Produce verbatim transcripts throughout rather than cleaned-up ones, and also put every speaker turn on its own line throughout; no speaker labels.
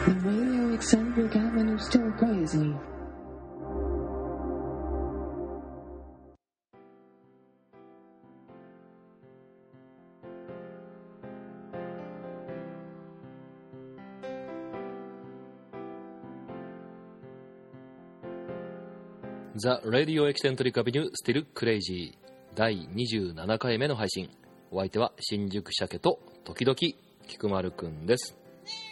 The radio eccentric avenue still crazy.
The Radio Eccentric Avenue Still Crazy だいにじゅうななかいめの配信。お相手は新宿鮭と時々菊丸くんです。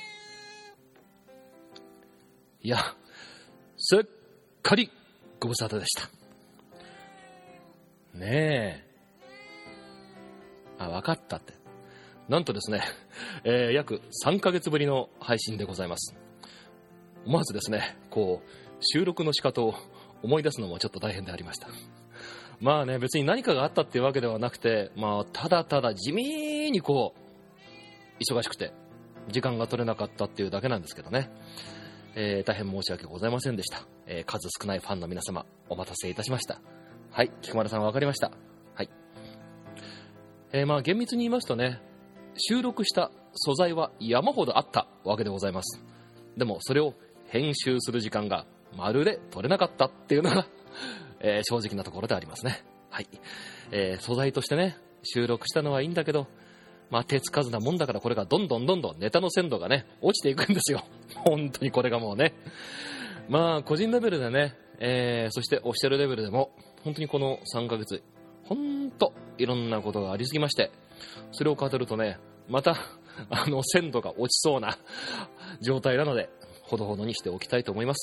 いや、すっかりご無沙汰でしたねえ。あ、分かったって。なんとですね、えー、約さんかげつぶりの配信でございます。思わずですね、こう収録の仕方を思い出すのもちょっと大変でありました。まあね、別に何かがあったっていうわけではなくて、まあただただ地味にこう忙しくて時間が取れなかったっていうだけなんですけどね、えー、大変申し訳ございませんでした、えー、数少ないファンの皆様お待たせいたしました。はい、菊丸さん分かりました。はい、えー、まあ厳密に言いますとね、収録した素材は山ほどあったわけでございます。でもそれを編集する時間がまるで取れなかったっていうのが、えー、正直なところでありますね。はい、えー、素材としてね収録したのはいいんだけど、まあ手つかずなもんだから、これがどんどんどんどんネタの鮮度がね落ちていくんですよ。本当にこれがもうね、まあ個人レベルでね、えー、そしてオフィシャルレベルでも本当にこのさんかげつ本当いろんなことがありすぎまして、それを語るとねまたあの鮮度が落ちそうな状態なので、ほどほどにしておきたいと思います。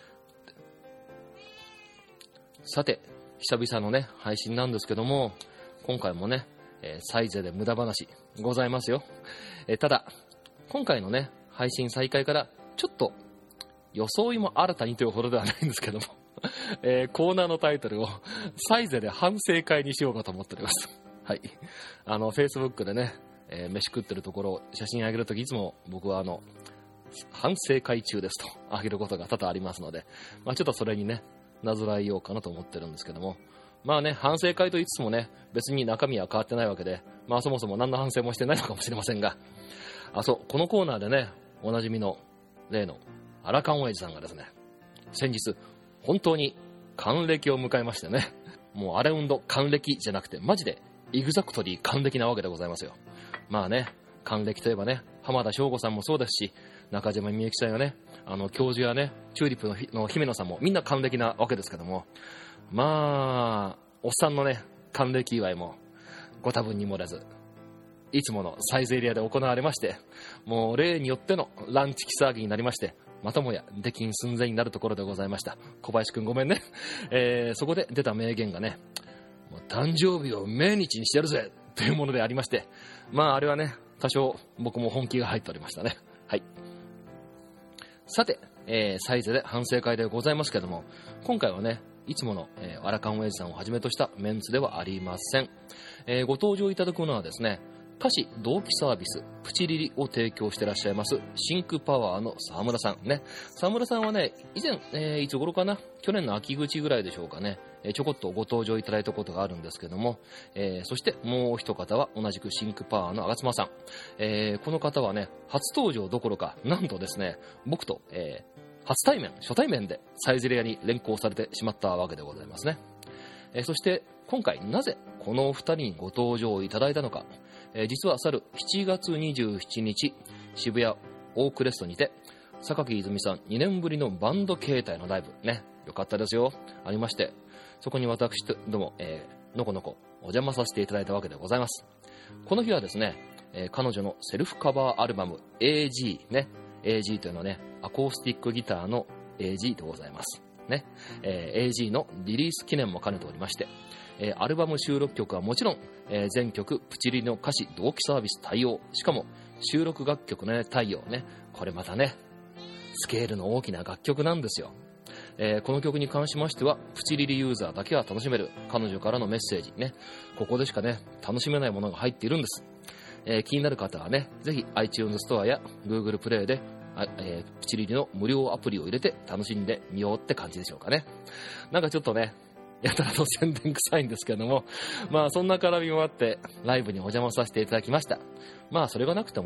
さて、久々のね配信なんですけども、今回もね、えー、サイゼで無駄話ございますよ。えー、ただ今回のね配信再開からちょっと装いも新たにというほどではないんですけども、えー、コーナーのタイトルをサイゼで反省会にしようかと思っております。はい、あの Facebook でね、えー、飯食ってるところを写真あげるとき、いつも僕はあの反省会中ですとあげることが多々ありますので、まあ、ちょっとそれにねなぞらえようかなと思ってるんですけども、まあね、反省会と言いつつもね別に中身は変わってないわけで、まあそもそも何の反省もしてないのかもしれませんが、あ、そう、このコーナーでねおなじみの例のアラカン親父さんがですね、先日本当に還暦を迎えましてね、もうアレウンド還暦じゃなくてマジでイグザクトリー還暦なわけでございますよ。まあね、還暦といえばね浜田省吾さんもそうですし、中島みゆきさんやね、あの教授やね、チューリップ の, の姫野さんもみんな還暦なわけですけども、まあおっさんのね還暦祝いもご多分に漏れずいつものサイズエリアで行われまして、もう例によってのランチ騒ぎになりまして、またもや出禁寸前になるところでございました。小林くんごめんね、えー、そこで出た名言がね、もう誕生日を命日にしてやるぜというものでありまして、まああれはね多少僕も本気が入っておりましたね。はい、さて、えー、サイゼで反省会でございますけども、今回はねいつもの、えー、アラカン親父さんをはじめとしたメンツではありません。えー、ご登場いただくのはですね、歌詞同期サービスプチリリを提供していらっしゃいますシンクパワーの沢村さんね。沢村さんはね以前、えー、いつ頃かな、去年の秋口ぐらいでしょうかね、えー、ちょこっとご登場いただいたことがあるんですけども、えー、そしてもう一方は同じくシンクパワーの吾妻さん、えー、この方はね初登場どころかなんとですね僕と、えー、初対面初対面でサイゼリヤに連行されてしまったわけでございますね。えー、そして今回なぜこのお二人にご登場いただいたのか、えー、実は去るしちがつにじゅうしちにち渋谷オークレストにて榊泉さんにねんぶりのバンド形態のライブね、よかったですよ、ありまして、そこに私ども、えー、のこのこお邪魔させていただいたわけでございます。この日はですね、えー、彼女のセルフカバーアルバム エージー ね、 エージー というのはねアコースティックギターの エージー でございますね、えー、エージー のリリース記念も兼ねておりまして、えー、アルバム収録曲はもちろん、えー、全曲プチリの歌詞同期サービス対応、しかも収録楽曲の、ね、対応ね、これまたねスケールの大きな楽曲なんですよ。えー、この曲に関しましてはプチリリユーザーだけは楽しめる彼女からのメッセージね、ここでしかね楽しめないものが入っているんです。えー、気になる方はねぜひ iTunes ストアや Google プレイでえー、プチリリの無料アプリを入れて楽しんでみようって感じでしょうかね。なんかちょっとねやたらと宣伝臭いんですけども、まあそんな絡みもあってライブにお邪魔させていただきました。まあそれがなくてもね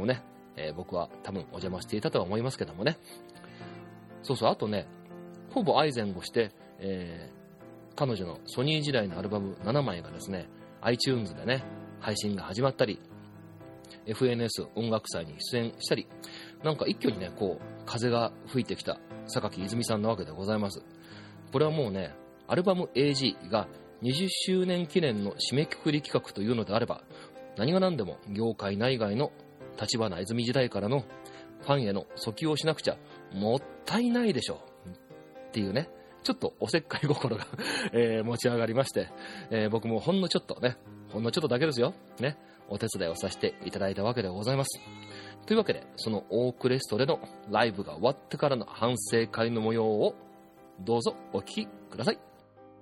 えー、僕は多分お邪魔していたとは思いますけどもね。そうそう、あとね、ほぼ相前後して、えー、彼女のソニー時代のアルバムななまいがですね、iTunes でね、配信が始まったり、エフエヌエス 音楽祭に出演したり、なんか一挙にね、こう、風が吹いてきた榊泉さんなわけでございます。これはもうね、アルバム エージー がにじゅっしゅうねん記念の締めくくり企画というのであれば、何が何でも業界内外の立花泉時代からのファンへの訴求をしなくちゃもったいないでしょうっていうね、ちょっとおせっかい心が、えー、持ち上がりまして、えー、僕もほんのちょっとね、ほんのちょっとだけですよ、ね、お手伝いをさせていただいたわけでございます。というわけで、そのオークレストでのライブが終わってからの反省会の模様をどうぞお聞きください。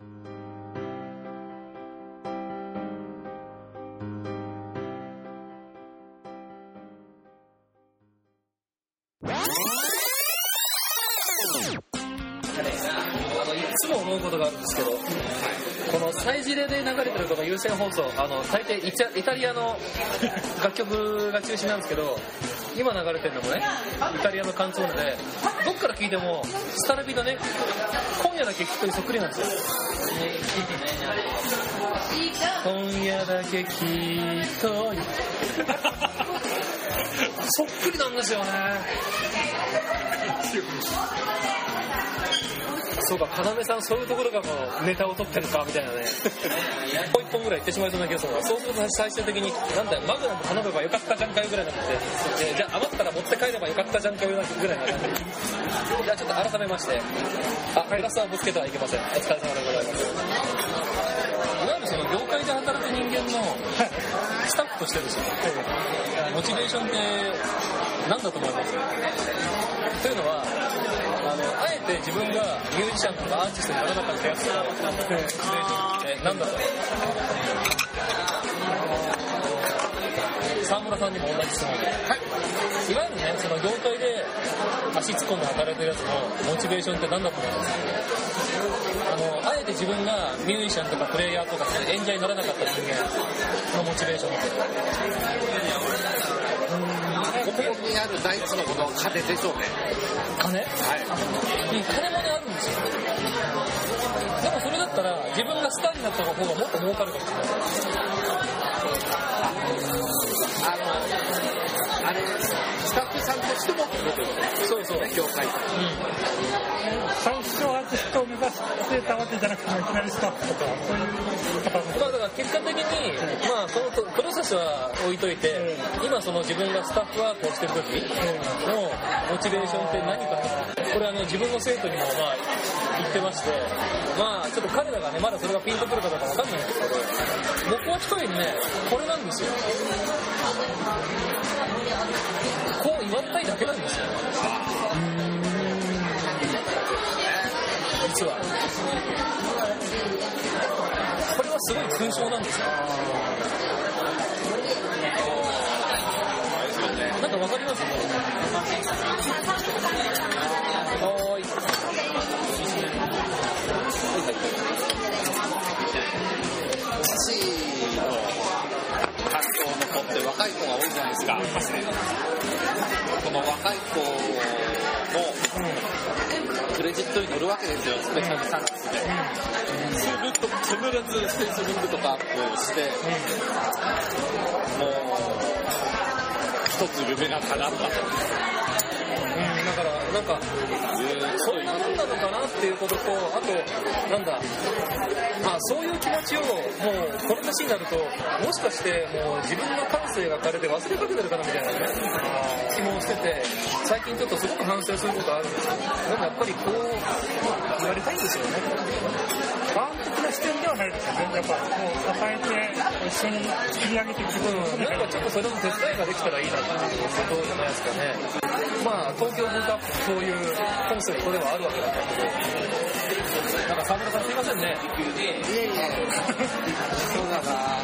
いつも思うことがあるんですけど、このサイジレで流れてるこの有線放送、あの大抵イタ、イタリアの楽曲が中心なんですけど、今流れてるのもね、イタリアのカンツォーネで、どっから聴いてもスタルビのね、今夜だけ聴くとそっくりなんですよ。今夜だけ聴くとそっくりなんですよね。そうか、要さんそういうところがもうネタを取ってるかみたいなね。もう一本ぐらい行ってしまいそうな気がする。そうすると最終的になんだよ、マグナム頼めばよかったじゃんかよぐらいになって、えー、じゃあ余ったら持って帰ればよかったじゃんかよぐらいになって。じゃあちょっと改めまして、あ、プラスはぶつけてはいけません。お疲れ様でございます。いわゆるその業界で働く人間のスタッフとしてですよ、モチベーションって何だと思います？というのは、あの、あえて自分がミュージシャンとかアーティストにならなかったやつのモチベーションって何だと思います？沢村さんにも同じ質問で、はい、いわゆるね、その業界で足突っ込んで働いてるやつのモチベーションって何だと思います？あの、あえて自分がミュージシャンとかプレイヤーとか演者にならなかった人間のモチベーションって、
ここにある第一のこの金でしょうね。
金？はい。金もね、あるんですよ。でもそれだったら自分がスターになった方がもっと儲かるかもしれない。
あの、あれ、スタッフさんとしてもってことですね。そうそう。業界。うん。
最初アーティストを目指してたわけじゃなくて、いきなりスタッフとか、そういう方
まあだから結果的に、まあそのプロセスは置いといて、今その自分がスタッフワークをしてる時のモチベーションって何かと、これあの自分の生徒にもまあ言ってまして、まあちょっと彼らがね、まだそれがピンとくるかどうかわかんないんですけど、僕は一人にね、これなんですよ。こう言われたいだけなんですよ。実はこれはすごい勲章なんですよ。なんかわかります？はーい。
地の環境の子って若い子が多いじゃないですか。この若い子もクレジットに乗るわけですよ、スペシャルサービスで。すぐと必ずステージリングとかアップして、もう一つ夢が叶ったと。
うん、だからなんかそういうもんなのかなっていうことと、あとなんだ、まあそういう気持ちをもうこの年になると、もしかしてもう自分の感性が枯れて忘れかけてるかなみたいなね気もしてて、最近ちょっとすごく反省することあるんですけど、でもやっぱりこう言われたいんですよね。
ファン的な視点ではないですよね。やっぱこう支えて一緒に作り上げていくこと、
うん、なんかちょっとそれの手伝いができたらいいなっていうことじゃないですかね。まあ東京文化アップそういうコンセプトではあるわけだったんで、なんか沢村さんすいませんね。いえいえ。
そうだな。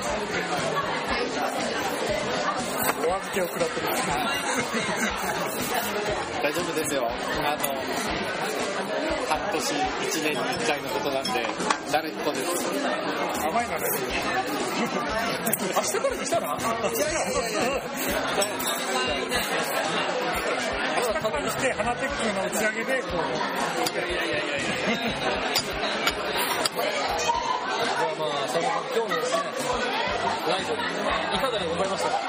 お預けを食らってる。
大丈夫ですよ。あの半年いちねんにいっかいのことなんで慣れっこです。
甘いなね。
明日から来たら？いやいやいやいや。
明日から来て花テックの打ち上げでこう。
いやいやいやいやいや。じゃあまあその今日のですねライブいかがでございましたか？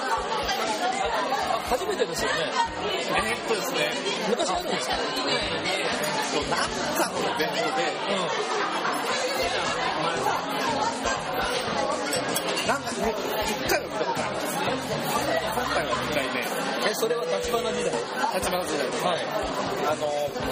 初めてですよね。
えーっとですね。
昔あるんですか？
なんかのイベントで、うん、なんかね、いっかいは見たことあります。今回はにかいめ。
え、それは立花時代？
立花時代です。はい。あの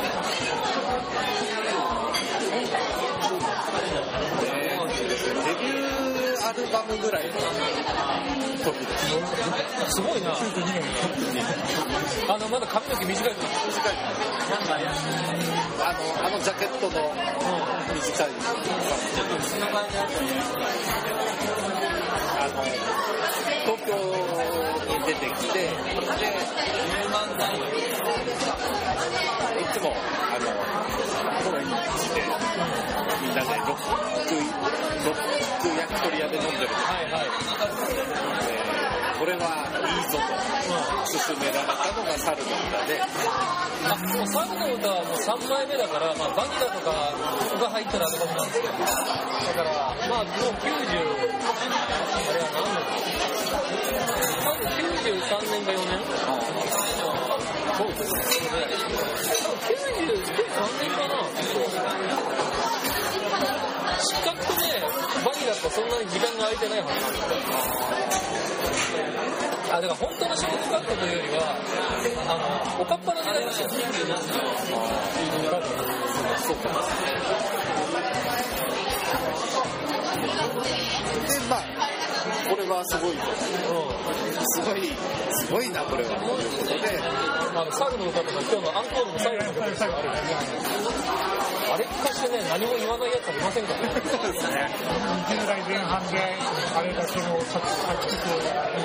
デビューアルバムぐらいの時です。
すごいな。あのまだ髪の毛短い。短い。
あのあのジャケットの短い。あの東京に出てきて、で、いつもあの高円寺でみんなでロックロック焼き鳥屋で飲んでる。はいはい。これはいいぞと勧められたのが猿の歌で、
あ、もう猿の歌はもうさんまいめだから、まあ、バニラとかが入ったらアルバムなんですけど、だからまあもうきゅうじゅう、あれは何年きゅうじゅうさんねんかよねん、そうですね、きゅうじゅうさんねんかな。失格とね、バニラってそんなに時間が空いてないはずなんですよ。あ、だから本当のショートカットというよりは、あの、おかっぱの時代ですよ。そうか。
で、まあ、これはすごいと。すごい、すごいな、これは。ということで、
あの、猿の歌とか今日のアンコールの最後の曲がある。あれかしてね、何も言わないやつはいませんからね。そうですね。
にじゅうだいぜん半で、あれだけの作曲を。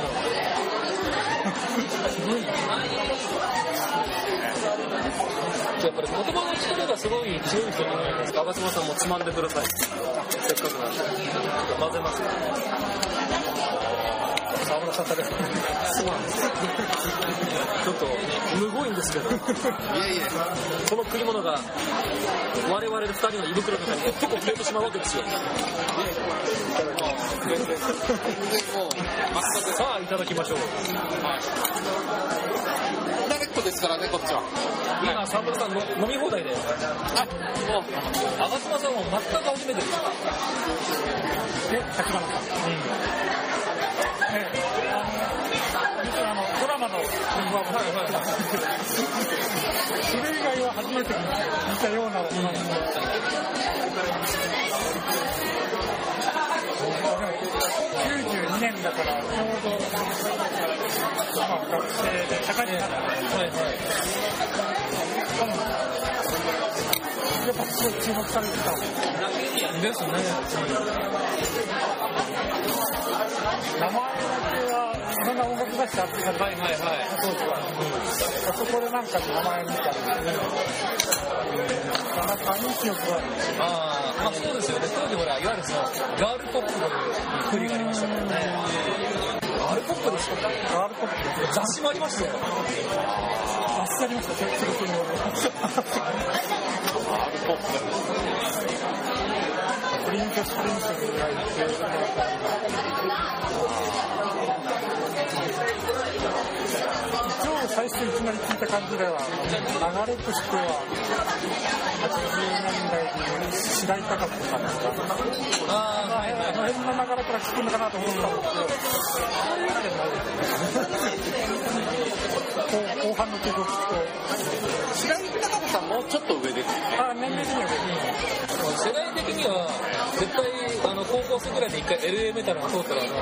すごいな。
やっぱり言葉の力がすごい強い人じゃないですか。吾妻さんもつまんでください。せっかくなんで。混ぜます。沢村さん食べる。すまん。ちょっとむごいんですけど。いやいや。この食い物が我々ふたりの胃袋の中に結構消えてしまうわけですよ。さあいただきましょう。
慣れっこですからね、こっちは。
今沢村さんの飲み放題で。あ、もう吾妻さんも全く初めてです。
え、立花さん。うん。ええ、実はあのドラマの現場を、はいはいはい、それ以外は初めて見たような、うん、きゅうじゅうにねんだからちょうど、まあ、学生で社会人になった、はいはい、やっぱすごい注目されてた
ですね。
名前だけはいろんな音楽会社あってたり、はいはいはい、当時は、うん、そこでなんか名前見たり、なかなかいい記憶がある。
ああ、まあそうですよね。当時ほらいわゆるそのガールポップというくくりがありましたからね。ガールポップですか？
ガールポップ
雑誌もありましたよ。
雑誌ありました。記録による。
ガールポップ。
プリンセスプリンセスがいて、一応最初いきなり聞いた感じでは、流れとしてははちじゅうねんだいに白井貴子さんですか、ああ、はいはい、あの辺の流れから聞くのかなと思ったんですけど、そういうわけでもないですね。後半の曲を聞くと
白井貴子さんもちょっと上ですね。
あ、年齢的には
世代的には絶対あの高校生ぐらいで一回 エルエー メタルが通ったら、い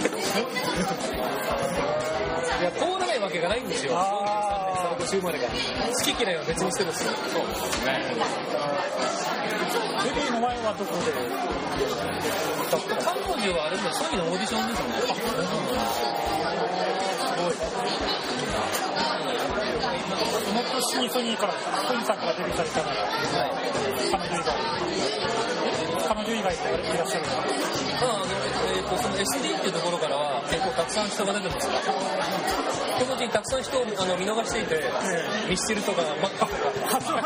や通らないわけがないんですよ。よんじゅうさんねんからご週までが好き嫌いは別にしてるんですよ。そうですね。
デビューの前はどこで？
韓国はあれも初期のオーディションですよね。すごい。
その年にソニーからソニーさんからデビューされたのが、はい、彼女以外彼女以外でいらっしゃるのか。
まああのえー、とその エスディー っていうところからは結構たくさん人が出てますから、そのうちにたくさん人をあの見逃していて、えー、ミスチルとかマックとか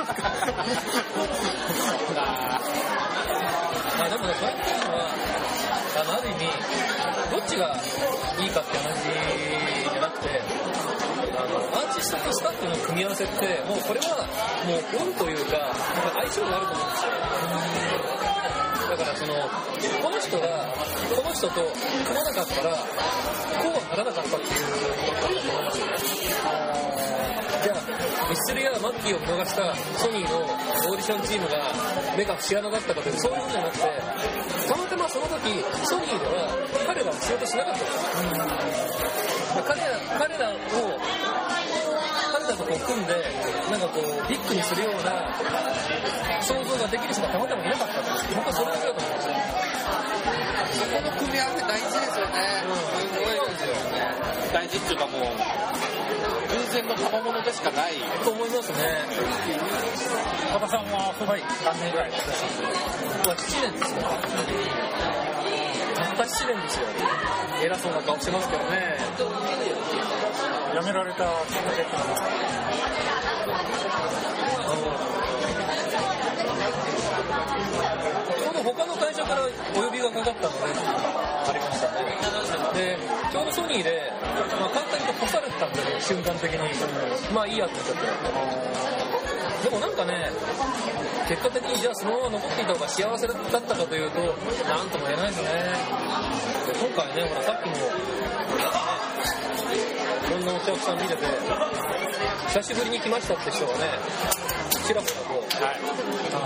あでもねそれっていうのはあのある意味どっちがいいかって話じゃなくて、あのアーティストとスタッフの組み合わせってもうこれはもう運というか相性があると思うんですよ。だからそのこの人がこの人と組まなかったらこうはならなかったっていうことだと思うんですよね。じゃあミスチルやマッキーを見逃したソニーのオーディションチームが目が節穴だったかというそういうことじゃなくて、たまたまその時ソニーでは彼らは仕事しなかったんです。彼ら彼らを彼らとこう組んでなんかこうビッグにするような想像ができる人がたまたまいなかったんです。僕はそれだけだと思うんですよ。
そこの組み合わせ大事ですよね。うん、すごいですよね。大事っていうかもう偶然の賜物でしかない
と思いますね。
和田さんははい何年ぐらいですか。
僕はななねんですよ。たったななねんですよ。偉そうな顔してますけどね。
辞められたきっかけってのは
ちょうど他の会社からお呼びがかかったのでありましたね。でちょうどソニーで、まあ、簡単に干されてたんで、ね、瞬間的にまあいいやって言っちゃって、でもなんかね結果的にじゃあそのまま残っていた方が幸せだったかというとなんとも言えないですね。で今回ねほらさっきもいろんなお客さん見てて久しぶりに来ましたって人がねちらほらと、はい、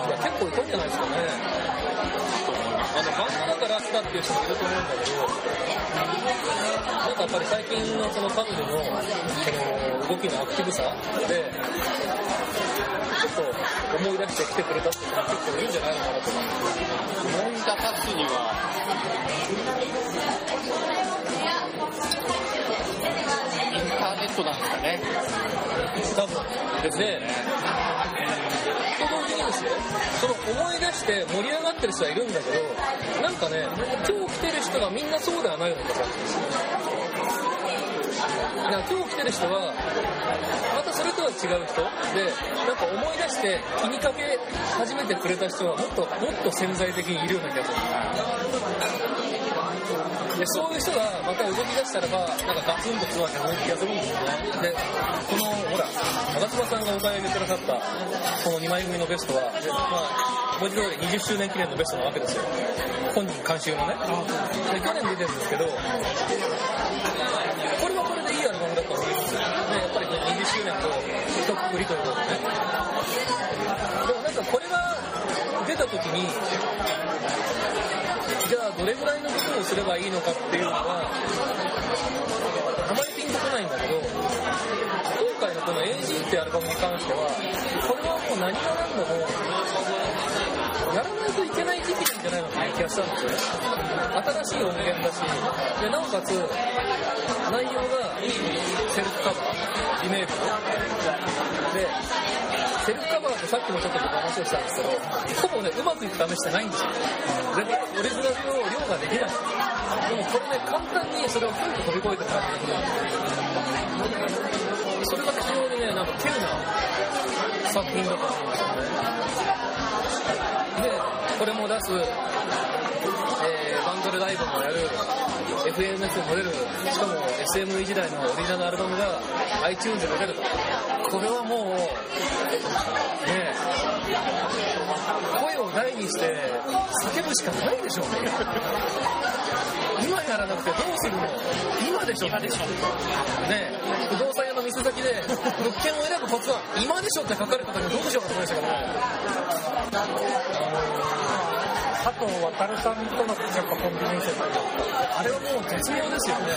いや結構いたんじゃないですかね。あのバンドだから来たっていう人もいると思うんだけど、なんかやっぱり最近のその彼女のその動きのアクティブさでちょっと思い出して来てくれたっていうのは結構いいんじゃないのかなと思います。
思い出すにはインターネットなんですかね。
多分ですね。と同時にですよ、その思い出して盛り上がってる人はいるんだけど、なんかね今日来てる人がみんなそうではないような気がするんですよ。今日来てる人はまたそれとは違う人で、なんか思い出して気にかけ始めてくれた人はもっともっと潜在的にいるような気がする。でそういう人がまた動き出したらばなんかガツンとつわけない気がするんですよね。でこのほら長妻さんがお買い上げくださったこのにまい組のベストは、まあ、文字通りにじゅっしゅうねん記念のベストなわけですよ。本人監修のね。で去年出てるんですけど、これはこれでいいアルバムだと思いますよ。でやっぱりにじゅっしゅうねんと一括りということでね。でもなんかこれが出た時にじゃあどれぐらいのことをすればいいのかっていうのはあまりピンとこないんだけど、今回のこの エージー っていうアルバムに関してはこれはもう何が何でもやらないといけない時期なんじゃないのかな気がしたんですよね。新しい音源だし、でなおかつ内容がセルフカバーリメイクで、セルフカバーってさっきもちょっと話をしたんですけど、ほぼねうまくいく試してないんですよ。でオリジナルの量ができない。でもこれね簡単にそれをふんと飛び越えてる感じがする。それが非常にねなんか稀有な作品だと思うんですよね。でこれも出す、えー、バンドでライブもやる エフエムエス も出る、しかも エスエムイー 時代のオリジナルアルバムが iTunes で出ると、これはもうね声を大にして叫ぶしかないでしょうね。今やらなくてどうするの、今でしょ今でしょね。不動産屋の店先で物件を選ぶコツは今でしょって書かれた時にどうでしょうかと思いましたからね。
佐藤航さんとのやっぱコンビネーション、
あれはもう絶妙ですよね。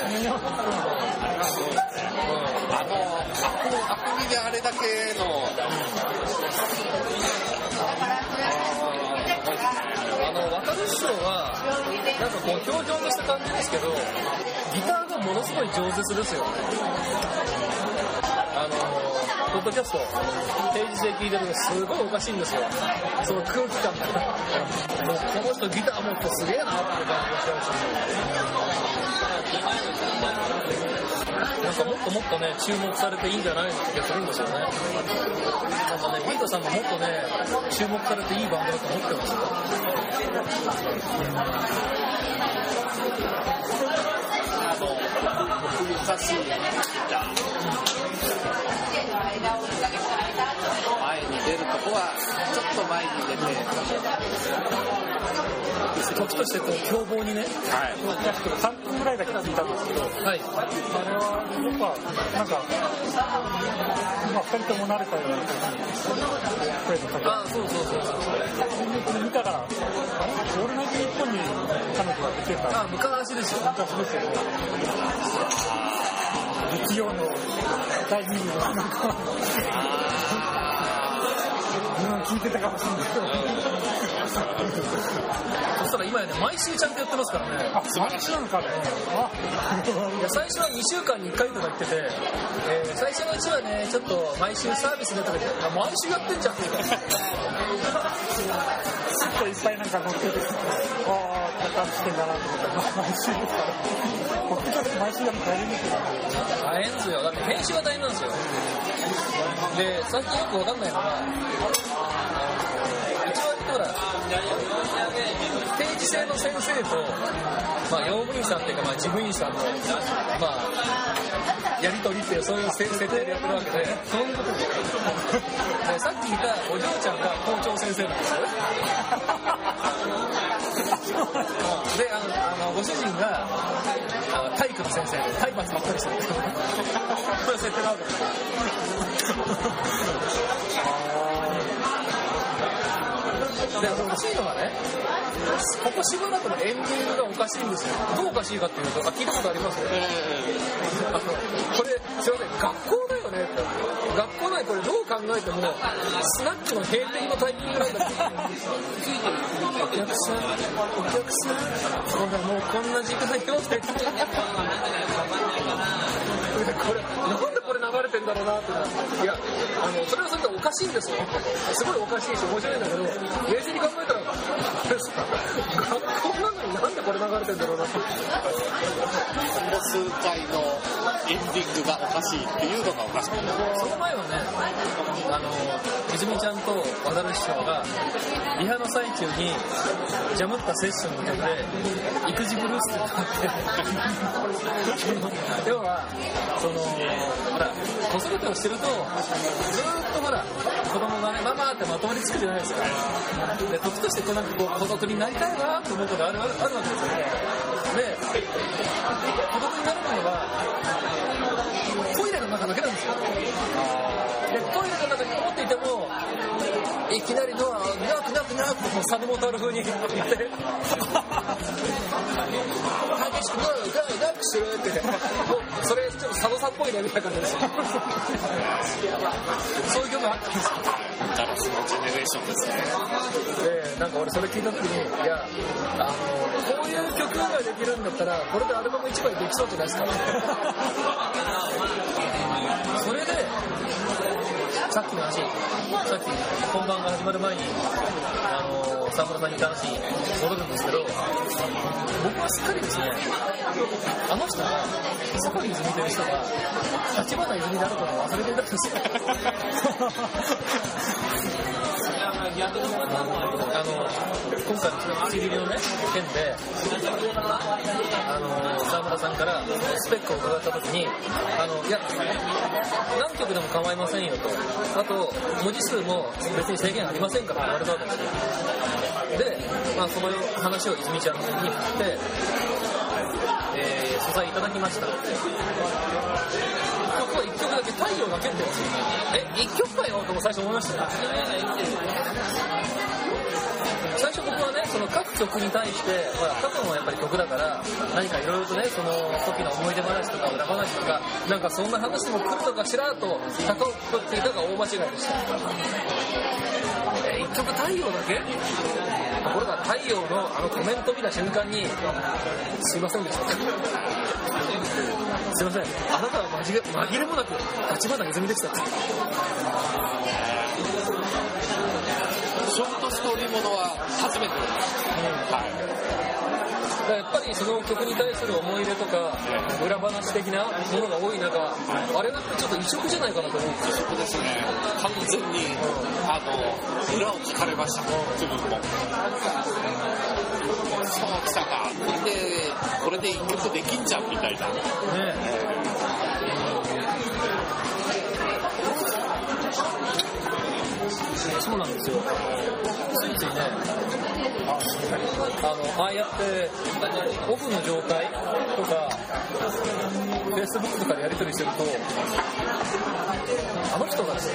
あのあくびであれだけの
あの渡る師匠はなんかこう表情とした感じですけど、ギターがものすごい饒舌ですよね。あのポッドキャスト定時制聞いてるとすごいおかしいんですよ、その空気感がもうこの人ギター持ってすげえなって感じがしちゃうし、なんかもっともっとね注目されていいんじゃないのって気がするんですよね。なんかねビートさんがもっとね注目されていいバンドだと思ってますよ。
あの奥ゆかしいギター、前に出るとこはちょっと前に出て
時としてこう凶暴にね、
はい、
さんぷんぐらいだけ聞いたんですけど、
はい、
あれはやっぱなんか今ふたりとも慣れたような声のかけ、
あ、そうそうそうそう
見たら、あれオールナイトニッポンに彼女が出てた、
あ、昔ですよ、
昔ですよね。月曜のだいに部のなんか聞いてたかもしれないけど、
そしたら今やね毎週ちゃんとやってますからね。
あ、毎週なのかね。あ、
いや最初はにしゅうかんにいっかいとか言ってて、えー、最初のうちはねちょっと毎週サービスでとか言って、毎週やってんじゃんって
すっといっぱいなんか乗ってて、ああ、高橋してんだなと思って、毎週ですから僕たち毎週やるの大変ですよ。
大変ですよ、だって編集が大変なんですよ。で最近よくわかんないのが、一応ほら定時制の先生と、まあ、用務員さんっていうか、まあ、事務員さんの、まあ、やり取りっていうそういう設定でやってるわけで、そういうことででさっき言ったお嬢ちゃんが校長先生なんですよで、あの、あのご主人があの体育の先生で体罰ばっかりしてるそういう設定なわけですよで、おかしいのがね、ここしばらくのエンディングがおかしいんですよ。どうおかしいかっていうと、あ、聞いたことありますよね。あのこれ、すいません、学校だよねって。学校内これどう考えても、スナックの閉店のタイミングなんだけど、お客さん、お客さん、ほらもうこんな時間よって。これ、なんでこれ流れてんだろうなって。いや、あの、それはそれでおかしいんですよ。すごいおかしいし面白いんだけど、冷静に考えたら、学校なのになんでこれ流れてんだろうなって。
この数回のエンディングがおかしいっていうのがおかしい。
その前はね、あの、泉ちゃんと渡る師匠が、リハの最中に、ジャムったセッションの曲で、育児ブルースってなって、要は、その、ほら、子育てをしてると、ずーっとほら、子供がね、ママってまとわりつくじゃないですか。で、時としてこうなんかこう、孤独になりたいなと思うことある、あるわけですよね。で、孤独になるのは、トイレの中だけなんですよ。で、トイレの中に思っていても、いきなりドアをナクナクナクとサブモタル風に言って、激しく、ナクするって、もうそれちょっと佐野さんっぽいねみたいな感じですよ。そういう曲があったんですよ。
ガラスのジェネレーションですね。
で、なんか俺それ聞いた時に、いや、あの、こういう曲ができるんだったら、これでアルバムいちまいできそうじゃないですか。それで、さっきの話、さっき本番が始まる前に、あの、沢村さんに言った話に戻るんですけど、僕はすっかりですね、あの人が、坂井泉という人が、立花泉であることを忘れていたんですよ。あの、今回の口切りのね、件で、あの、沢村さんからスペックを伺ったときに、あの、いや、何曲でも構いませんよと。あと、文字数も別に制限ありませんから言われたわけですよ。で、まあ、その話を泉ちゃんに振って、えー、素材いただきました。曲はいっきょくだけ太陽だけってえ、いっきょくかよとも最初思いましたね。最初僕はね、その各曲に対して、ほら、過去のやっぱり曲だから、何かいろいろとね、その時の思い出話とか裏話とか、なんかそんな話も来るのかしらと、高をくっていたが、お大間違いでした。えー、一曲太陽だけ？ところが太陽のあのコメント見た瞬間にすいませんでしたすいません、あなたは紛れ、紛れもなく立花泉でした。
ショートストーリーものは初めてです、うん、はい。
だからやっぱりその曲に対する思い入れとか裏話的なものが多い中、あれはちょっと異色じゃないかなと思うんですよ。
異色ですね。完全に、うん、あの裏を聞かれました、自分も。そうきたか、これでこれで一曲できんじゃんみたいな、ね
えー、そうなんですよ。ついついね、あのああやってオフの状態とか Facebook とかでやり取りしてると、あの人がですね、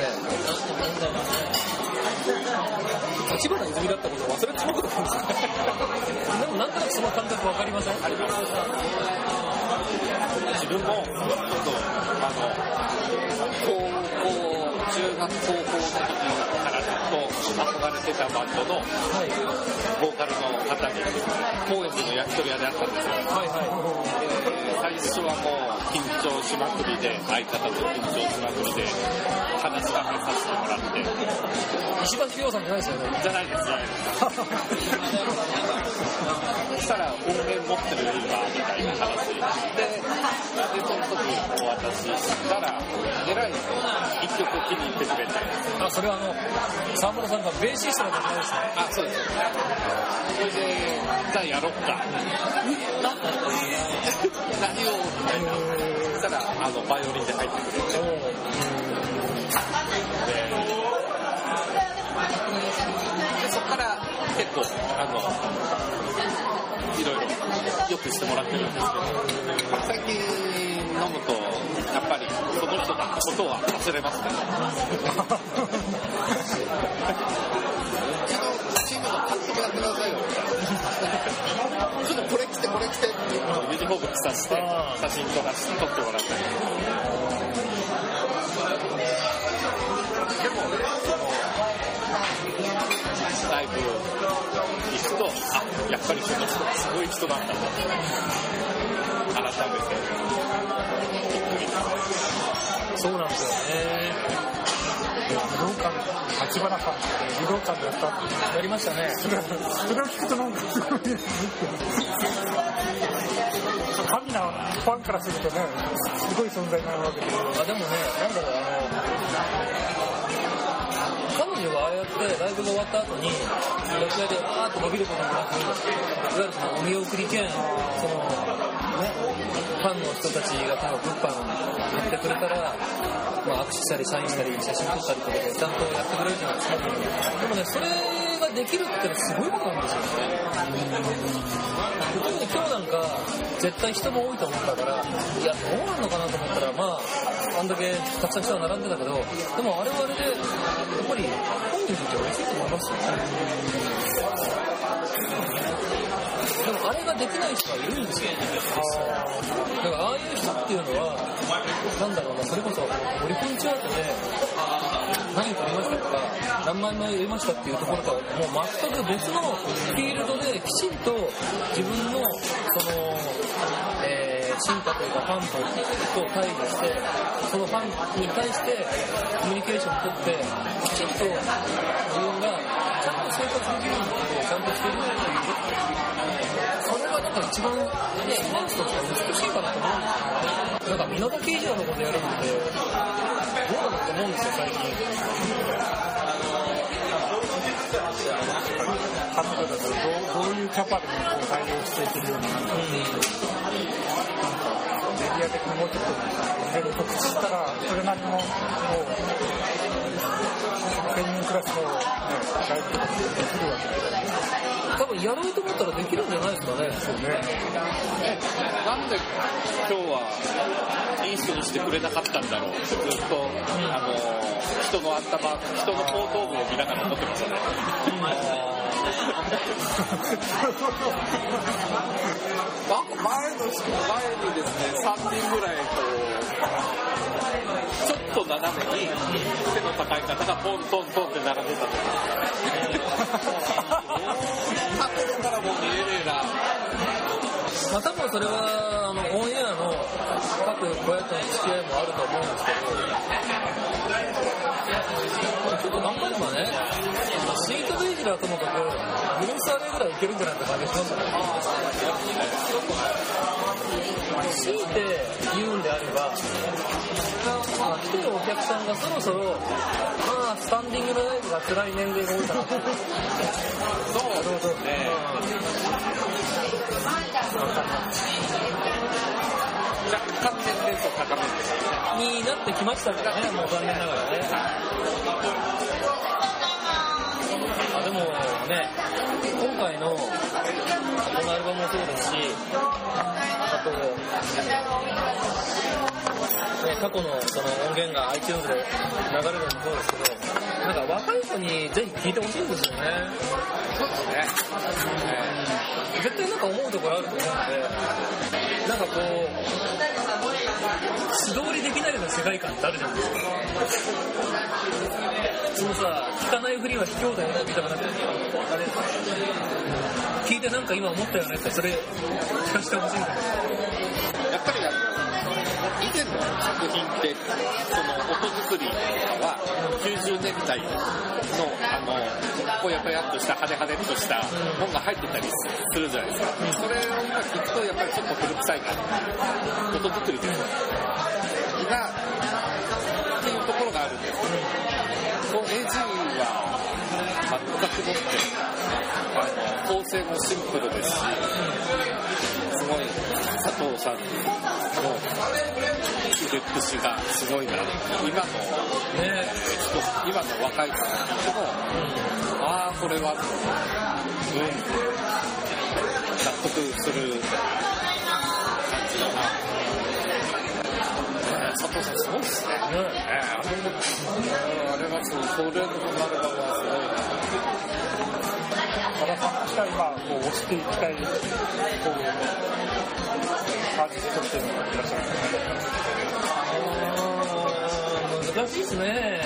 立花泉だったことを忘れてしまうことなんですよ。でもなんとなくその感覚わかりません？あります。
自分もちょっとあの高校中学高校の時からずっと憧れてたバンドの、はい、ボーカルの方に高円寺の焼き鳥屋であったんですよ、はいはいえー、最初はもう緊張しまくりで、相方と緊張しまくりで話しかけさせてもらって、
石橋洋さんじゃないですよね。
じゃないですねそしたら音源持ってるんだみたいな話で、でその時お渡ししたらえらい一曲気に入ってくれて、
あ、それはあの沢村さんがベーシストの時ですね。
あ、そうです。それでじゃあやろっか何をみたいな、そしたらあのバイオリンで入ってくれて、でそこから結構あのいろいろよくしてもらってるんですけど、最近飲むとやっぱりその人のことは忘れますね。チームの監督やってくださいよみたいな。ちょっとこれ着てこれ着てっていうのをユニフォーム着させて写真とか撮ってもらったり。でもライブ行くと、あ、やっぱりこの人はすごい人なんだと改めて
そうなんですよね。
武道館、立花さんって武道館でやったんで
やりましたね。
それを聞くとなんかすごい神なファンからするとね、すごい存在になるわけで。
あ、でもね、なんだろう、あの彼女がああやってライブが終わった後に楽屋でわーっと伸びることもなく、いわゆるそのお見送り兼そのねファンの人たちが多分物販やってくれたら、まあ、握手したりサインしたり写真撮ったりとかでちゃんとやってくれるじゃないですか。でもね、それができるってすごいことなんですよね。特に今日なんか絶対人も多いと思ったから、いやどうなのかなと思ったら、まああんだけたくさん人が並んでたけど、でもあれはあれでやっぱり本人にとって嬉しいと思いますよね。でもあれができない人はいるんですよ。だからああいう人っていうのはなんだろうな、それこそオリコンチャートで何取りましたとか何万枚売りましたっていうところとはもう全く別のフィールドできちんと自分のその、えー、進化というかファンと対峙して、そのファンに対してコミュニケーションを取ってきちんと自分がちゃんと生活できるんだけどちゃんとしているっていう、それがなんか一番ね、ファンとしては美しいかなと思うんですよね。なんか身の丈以上のことやるのでどうなのと思うんですよ最近。
彼女だったらどう、どういうキャパでこう対応していけるようになるのか、うん、なんかメディア的にもうちょっといろいろ告知したらそれなりのもうせんにんクラスの、ね、ライブとかできるわけで、
多分やろうと思ったらできるんじゃないですかね。
そうね。
え、なんで今日はいい人にしてくれなかったんだろうってずっと、うん、あの人の頭、人の後頭部を見ながら思ってましたね。なんか前の前にですね、さんにんぐらいこうちょっと斜めに背の高い方がポントントンって並んでたと角度からもう見えねえな。
まあ多分それはあのオンエアの各小屋との付き合いもあると思うんですけど、ちょっと頑張ればね、シートベイジルはともかくブルースアレイぐらいいけるんじゃないか感じしますよね。強いて言うんであれば、まあ、来てるお客さんがそろそろ、まあ、スタンディングのライブが辛い年齢が多いかなと。そう
ですね。若干年齢層高めです
になってきましたからね、もう残念ながらね。あでもね、今回のこのアルバムもそうですし、あと、ね、過去のその音源が iTunes で流れるのもそうですけど、なんか若い子にぜひ聴いてほしいんですよね。
そうですね。
うん、絶対なんか思うところあると思うので、なんかこう素通りできないような世界観ってあるじゃないですか。そのさ、聞かないふりは卑怯だよねみたいな、あれ聞いてなんか今思ったよねって、それ聞かせてほしいんだけど、
やっぱりあの以前の作品ってその音作りとかはきゅうじゅうねんだいのあのぽやぽやっとした派手派手としたものが入ってたりするじゃないですか。それを今聞くとやっぱりちょっと古臭いな、音作りとかがっていうところがあるんですけど、エージーは全くもってあの構成もシンプルですし、すごい佐藤さんの腕っぷしがすごいな。今の、ね、今の若い子が聞いても、うん、ああこれは、うん、納得する感じだな。佐藤さんすごいですね。ねえー、あれもあれはそう、それのアルバムはすごいな。
和田さんとしては今こう押していきたいこうアーティストっていうのがいらっしゃるんですか。
難しいですね。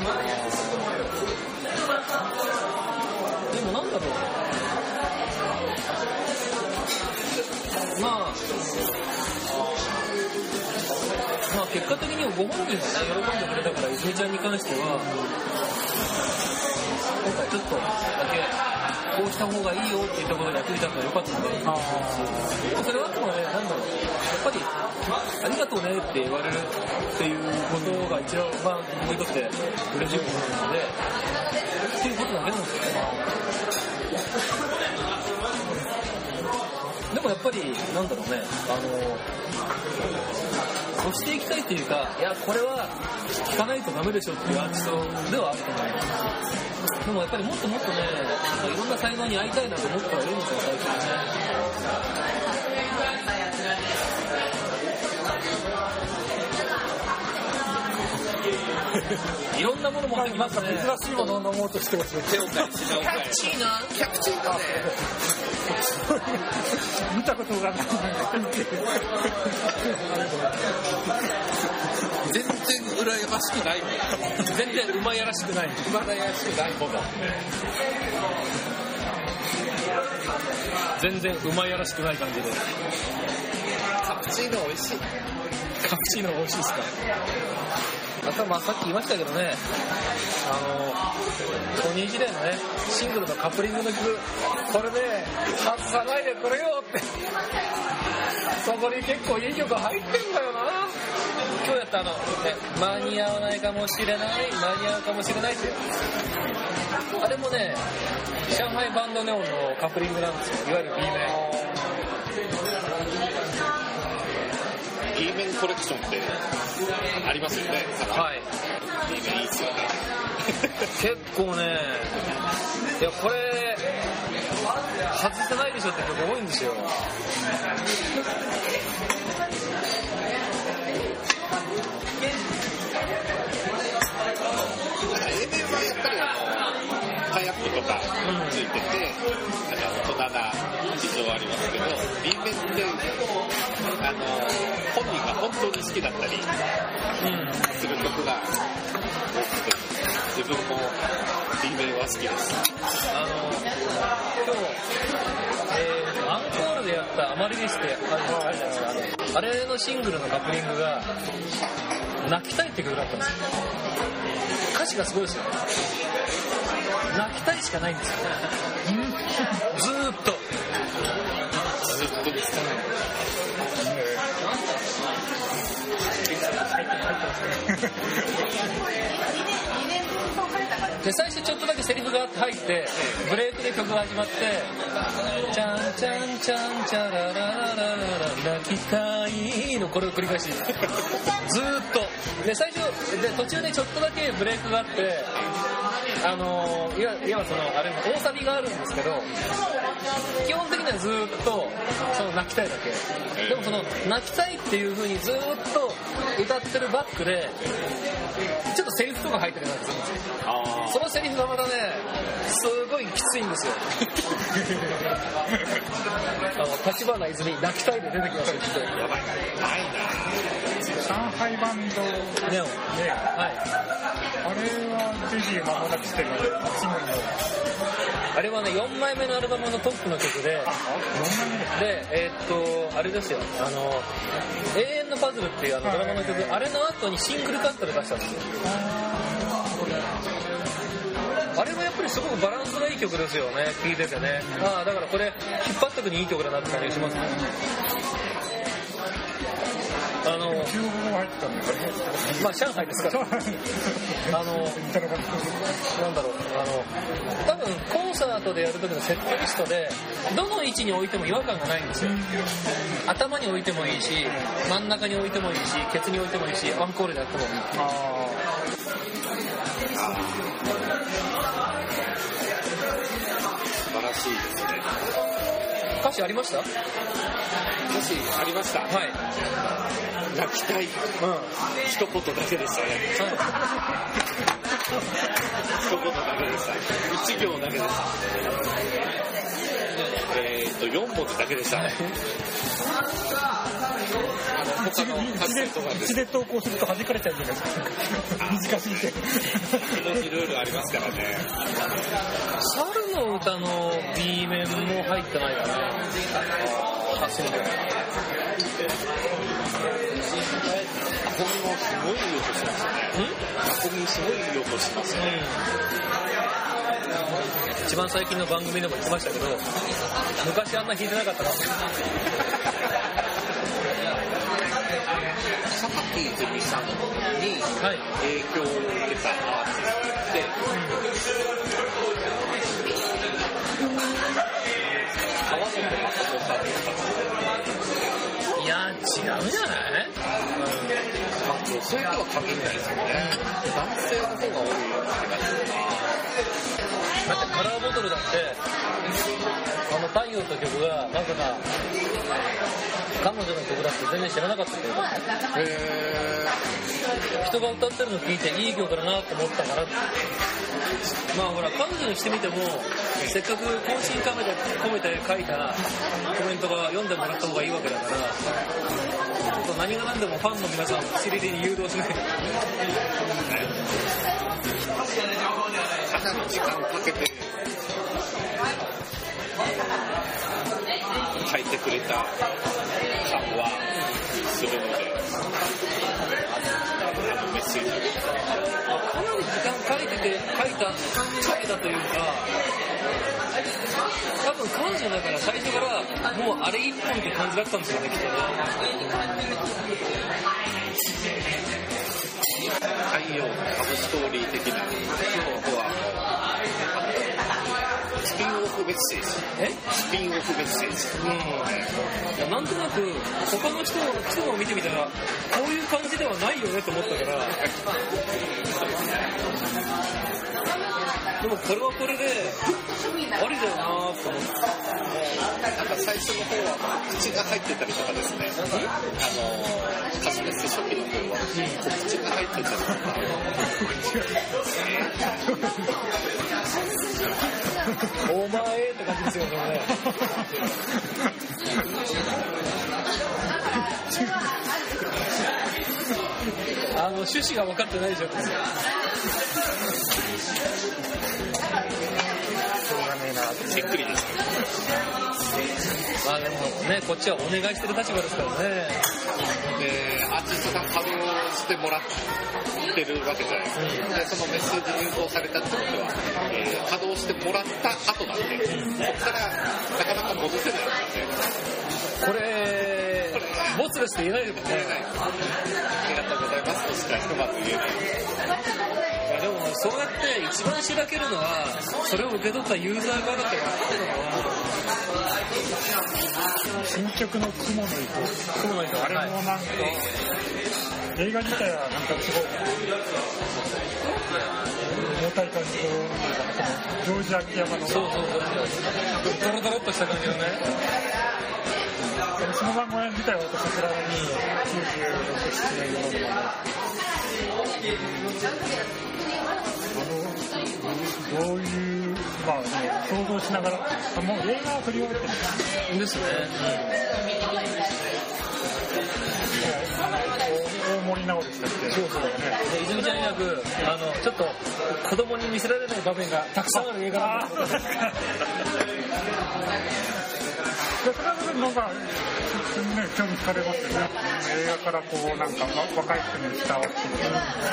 でもなんだろう、まあまあ結果的にはご本人がね喜んでくれたから、泉ちゃんに関しては今回ちょっとだけこうした方がいいよっていうところで役に立ったらよかったので、でもそれはあってもね、なんだろう、やっぱりありがとうねって言われるっていうことが一番僕にとって嬉しいことなので、っていうことだけなんですよね。でもやっぱりなんだろうね、あの押していきたいっていうか、いやこれは聴かないとダメでしょっていうアーティストではあると思います。でもやっぱりもっともっとね、なんかいろんな才能に会いたいなと思ってはいるんですよ、最近ね。いろんなもの持ってきますね。
珍しいものを飲もうとしてますよ。
手を変え、品を変え。
キャプチーナ
キャプチーナね。
見たことがない。
全然羨ましくないもん。
全然うまやらしくない。
うまやらしくないもの。
全然うまやらしくない感じで。
カプチーノ美味しい。
カプチーノ美味しいですか。また、まあ、さっき言いましたけどね、あのソニー時代のねシングルのカップリングの曲、これね外さないでくれよって、そこに結構いい曲入ってんだよな。今日やったあの、ね、間に合わないかもしれない、間に合うかもしれないって、あれもね上海バンドネオンのカップリングなんですよ、いわゆる B 面。
B 面コレクションってありますよね。
はい。
B 面いいですよね。
結構ね、いやこれ外せないでしょって曲多いんですよ。
A 面はやっぱりあのタイアップとかついてて、うん、なんか大人な事情ありますけど、 B 面ってあの本人が本当に好きだったりする曲が多くて、 自分も B 面は好きです。
あの今日、えー、アンコールでやったアマリリスってあるじゃないですか。あのあれのシングルのカップリングが泣きたいって曲だったんですよ。歌詞がすごいですよ。泣きたいしかないんですよ。ずーっとずっとですね。で最初ちょっとだけセリフが入ってブレイクで曲が始まってチャンチャンチャンチャララララララ泣きたいのこれを繰り返しずーっとで最初で途中でちょっとだけブレイクがあってあのいわいわそのあれ大サビがあるんですけど基本的にはずーっとその泣きたいだけでもその泣きたいっていう風にずーっと歌ってるバックでちょっとセリフとか入ってるような気がするんですよ。そのセリフがまたねすごいきついんですよ。あの立花泉泣きたいで出てきますよ。きっとやばいない
な上海バンド
ネオン
ね、
はい、
あれはデビュー間もなくしてるので
あれはねよんまいめのアルバムのトップの曲ででえー、っとあれですよあの永遠のパズルっていうあのドラマの曲、はい、あれの後にシングルカットで出したんですよ。あれはやっぱりすごくバランスがいい曲ですよね聴いててね、うん、ああだからこれ引っ張った時にいい曲だなって感じがしますね。あのまあ上海ですからあのなんだろうあの多分コンサートでやる時のセットリストでどの位置に置いても違和感がないんですよ。頭に置いてもいいし真ん中に置いてもいいしケツに置いてもいいしアンコールでやってもいい。あ
素晴らしいですね。
歌詞ありました？
歌詞ありました。
はい。
泣きたい。うん。一言だけでしたね。はい。一言だけでした。一行だけでした。えーっと四文字だけでしたね。他の歌詞とか
一で投稿すると弾かれちゃうんじゃないですか。短すぎて。
いろいろありますからね。
猿の歌の B 面も入ってないかな。あ、そうだよね。
アコギもすごいいい音しますね。アコギすごいいい音しますね。
うん、一番最近の番組でも言ってましたけど、昔あんな弾いてなかったな。
榊泉さんに影響を受けたアーティストって、川本誠さんですか？
いや違うんじゃない？うん、
まあ女性とは限らないですよね。男性の方が多いような気がするな。
だってカラーボトルだってあの太陽と曲がまさか彼女の曲だって全然知らなかったけど、へー、人が歌ってるの聞いていい曲だなと思ったからまあほら彼女にしてみてもせっかく懇親込めて込めて書いたコメントが読んでもらった方がいいわけだからちょっと何が何でもファンの皆さんをシリリに誘導しないと
かなり時間をかけて書いてくれた感はするので、あのメッセージ
かなり時間かけて書いた書いたというか多分彼女だから最初からもうあれ一本って感じだったんですよねきっとね。
太陽のラブストーリー的な今日はスピンオフメッセージ
え
スピンオフメッセージ、うん、
いやなんとなく他の人の人を見てみたらこういう感じではないよねと思ったからでもこれはこれでありだよなと思って、
なんか最初の方は口が入ってたりとかですね、あの初めて初期の方は口が入ってたりとか
お前って感じですよねあの趣旨が分かってないでしょまあでもね、こっちはお願いしてる立場ですからね。
で、アーティストさん稼働してもらってるわけじゃないですか。うん、で、そのメッセージ入稿されたってことは、えー、稼働してもらった後なんで、うん、そこからなかなか戻せないので、
これ、ボツですって言えないですもんね。
言えない。ありがとうございますとしかひとまず言えない。
でもそうやって一番しらけるのは、それを受け取ったユーザー側だって分かってるのは、
新曲の雲の糸、
雲の糸、
あれもなんか、はい、映画自体はなんかすごい重たい感じのジョージ・秋山の、
そうそうそう、ドロドロっとした感じのね。
その番組自体は私知らないにきゅうじゅうろく、ななねん頃のもの。あのどういう、まあ、想像しながら、もう映画は撮り終えてる
んですね。
大森直でしたっけ。
そうそうね。で、泉ちゃん曰く、あの、ちょっと子供に見せられない場面がたくさんある映画なんですよ。
それはなんか、ね、興味惹かれますよね。映画からこうなんか若い人に伝わっていく。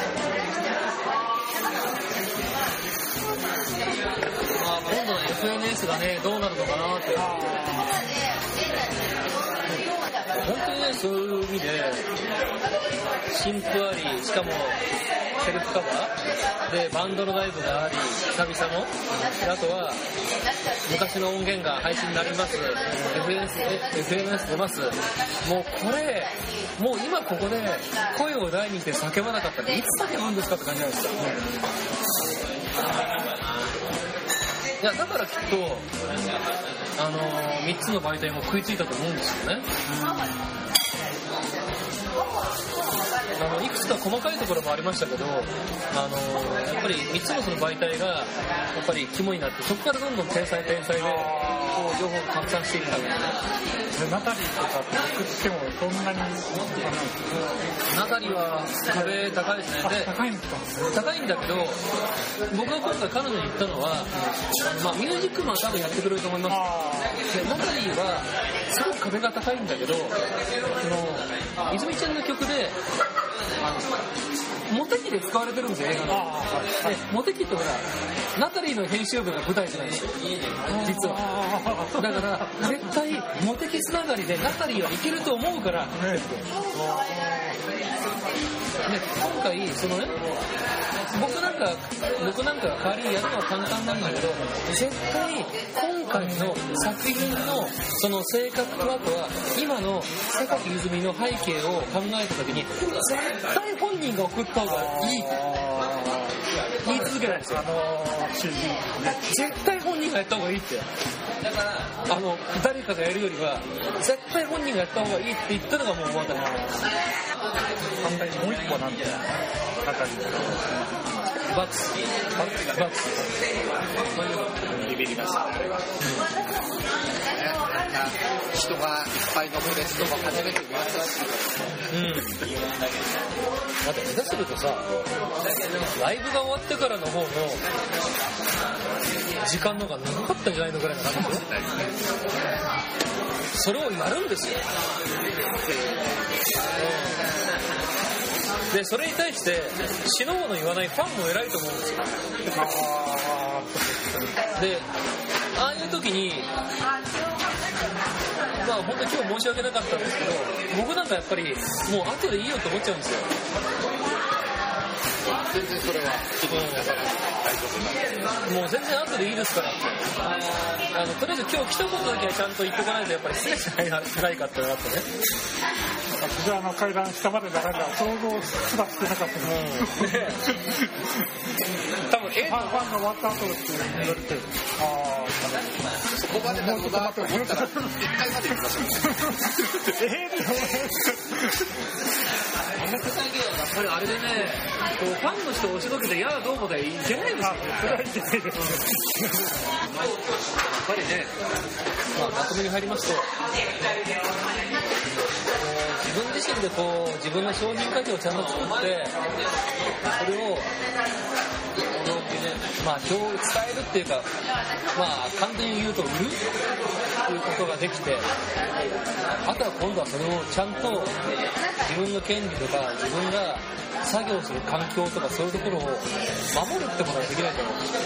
まあ今度の エフエヌエス がねどうなるのかなって。本当にねそういう意味で新譜あり、しかもセルフカバーでバンドのライブがあり、久々の、あとは昔の音源が配信になります、 エフエヌエス, エフエヌエス 出ます。もうこれもう今ここで声を大にして叫ばなかったらいつ叫ぶんですかって感じなんですよ。いやだからきっとあのー、みっつの媒体も食いついたと思うんですよね。あのいくつか細かいところもありましたけど、あのー、やっぱりみっつのその媒体がやっぱり肝になって、そこからどんどん天才天才でこう情報を拡散していったんですね。
ナタリーとか作ってもそんなに
ナタリーは壁高いですね。で
高いんですか。
高いんだけど、僕が今回彼女に言ったのは、あの、まあ、ミュージックマンは多分やってくれると思います。でナタリーはすごく壁が高いんだけど、その泉ちゃんの曲でモテキで使われてるんですよ、映画の。でモテキってほらナタリーの編集部が舞台じゃないですか、実は。だから絶対モテキつながりでナタリーはいけると思うから、ね、今回そのね、僕なんか僕なんかが代わりにやるのは簡単なんだけど、絶対今回の作品のその性格とあとは今の榊泉の背景を考えた時に絶対本人が送った方がいいって言い続けないんですよ。あのー、絶対本人がやった方がいいって。だからあの誰かがやるよりは絶対本人がやった方がいいって言ったのがもう終わったんです。
反対にもう一個なんて中に
バツバツ
ビビりました。人がいっぱいのプレスとか初めて見ましたし、
うん。だって下手するとさ、ライブが終わってからの方の時間の方が長かったんじゃないのぐらいの感じですね。それをやるんですよ。でそれに対して死のもの言わないファンも偉いと思うんですよ。でああいう時にまあ本当に今日申し訳なかったんですけど、僕なんかやっぱりもう後でいいよと思っちゃうんですよ。
全然それはちょっと皆さん大丈夫。
もう全然後でいいですから、あのとりあえず今日来たことだけはちゃんと言っておかないとやっぱり失礼じゃないかってなってね。
私はあの階段下まで並んだ想像すらしてなかったの、うん、で
多分フ
ァンが終わった後って言われて、ああ
そこまでなのだと思ったらいっかいまで行きましょう。
えー
やっぱりあれでね、こうファンの人を押しのけて、いやどうもでいけないですよ。
それはいけないです。やっ
ぱりね、まあ、まとめに入りますと、自分自身でこう自分の商品価値をちゃんと作って、それをまあ、表を伝えるっていうか、まあ簡単に言うと売るっていうことができて、あとは今度はそれをちゃんと自分の権利とか自分が作業する環境とかそういうところを守るってことができないと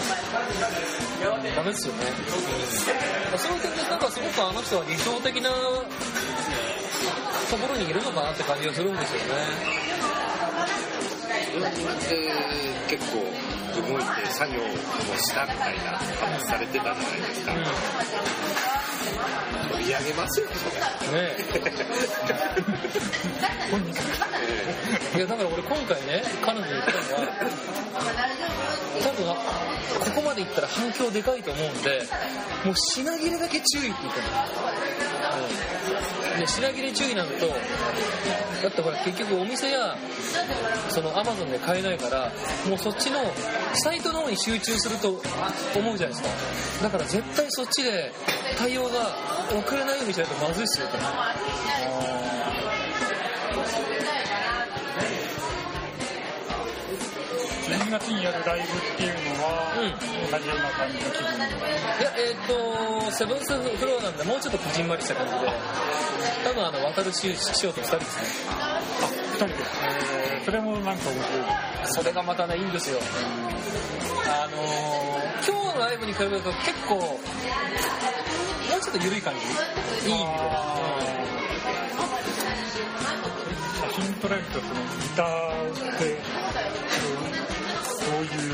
ダメですよね。そういう点でなんかすごくあの人は理想的なところにいるのかなって感じがするんですよね。
自分で結構動いて作業をしたみたいな話されてたじゃないですか、うん、取り上げますよそれね
えいやだから俺今回ね彼女に言ったのは多分ここまでいったら反響でかいと思うんでもう品切れだけ注意って言ったの、うん、で品切れ注意なんとだってほら結局お店やそのアマゾンで買えないからもうそっちのサイトの方に集中すると思うじゃないですか。だから絶対そっちで対応が遅れないようにしないとまずいっすよって。
じゅうにがつにやるライブっていうのは、うん、同じような感じの気分。い
や、えっ、ー、とセブンスフロアなんでもうちょっとこじんまりした感じで多分あの渡る師匠とふたりですね。
あ、ふたりです。えー、それもなんか面白い。
それがまたねいいんですよ。あのー、今日のライブに比べると結構もうちょっと緩い感じいい意味で、
写真撮られるとそのギターってどういう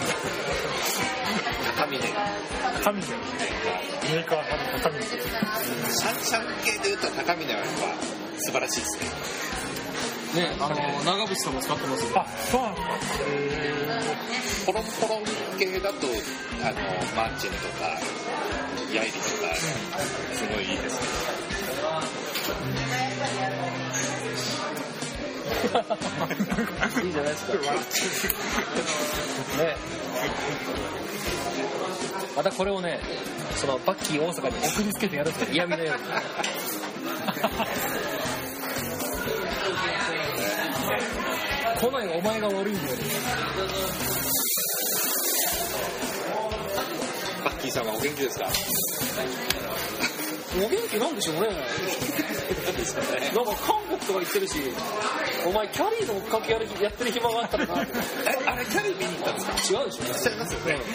高峰
高峰メーカーさんの高峰シ
ャンシャン系でいうと高峰はやっぱ素晴らしいですね。
ね、あの長渕さんも使ってますよ。
あ、そうなんですか。
ポロンポロン系だとあのマーチンとかヤイリとかすごいいいですね。
いいじゃないですか。ね。またこれをね、そのバッキー大阪に送りつけてやるんですよ。嫌味のように。来ないお前が悪いんだよ。
バッキーさんはお元気ですか？
お元気なんでしょうね。なんか韓国とか行ってるし、お前キャリーの追っかけやるやってる暇があったらな。え、
あれキャリー見に行ったんですか？
違うでしょ。
しちゃいますよね。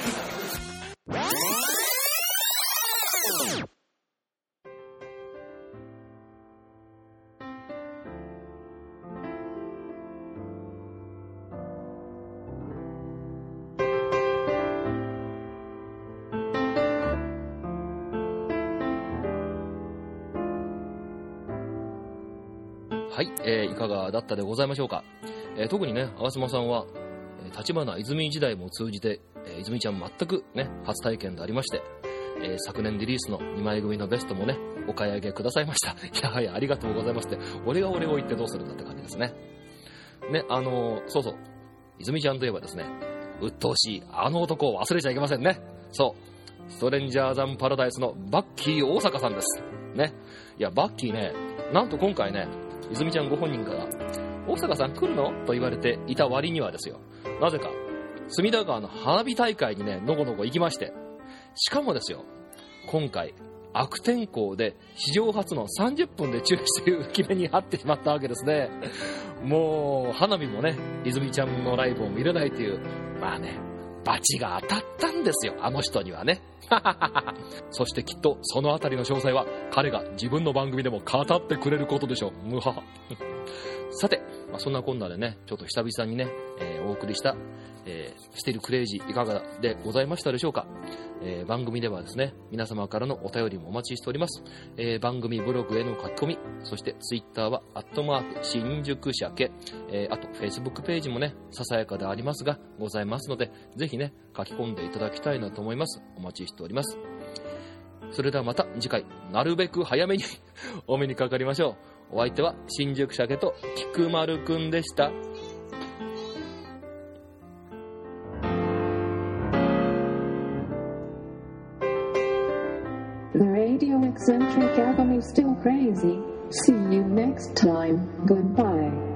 はい、えー、いかがだったでございましょうか。えー、特にね、淡島さんは、えー、橘泉時代も通じて、えー、泉ちゃん全くね、初体験でありまして、えー、昨年リリースのにまい組のベストもね、お買い上げくださいました。いやはやありがとうございますって、俺が俺を言ってどうするんだって感じですね。ね、あのー、そうそう、泉ちゃんといえばですね、鬱陶しいあの男を忘れちゃいけませんね。そう、ストレンジャーザンパラダイスのバッキー大阪さんです。ね。いや、バッキーね、なんと今回ね、泉ちゃんご本人から大阪さん来るのと言われていた割にはですよ、なぜか隅田川の花火大会にねのごのご行きまして、しかもですよ今回悪天候で史上初のさんじゅっぷんで中止という決めにあってしまったわけですね。もう花火もね泉ちゃんのライブを見れないという、まあねバチが当たったんですよ、あの人にはね。そしてきっとそのあたりの詳細は彼が自分の番組でも語ってくれることでしょう。むはは。さて、まあ、そんなこんなでね、ちょっと久々にね、えー、お送りした、えー、スティルクレイジーいかがでございましたでしょうか。えー、番組ではですね、皆様からのお便りもお待ちしております。えー、番組ブログへの書き込み、そしてツイッターはアットマーク新宿鮭、えー、あとフェイスブックページもね、ささやかでありますがございますので、ぜひね書き込んでいただきたいなと思います。お待ちしております。それではまた次回なるべく早めにお目にかかりましょう。お相手は新宿鮭と菊丸くんでした。
The Radio Eccentric Album is still crazy. See you next time. Goodbye.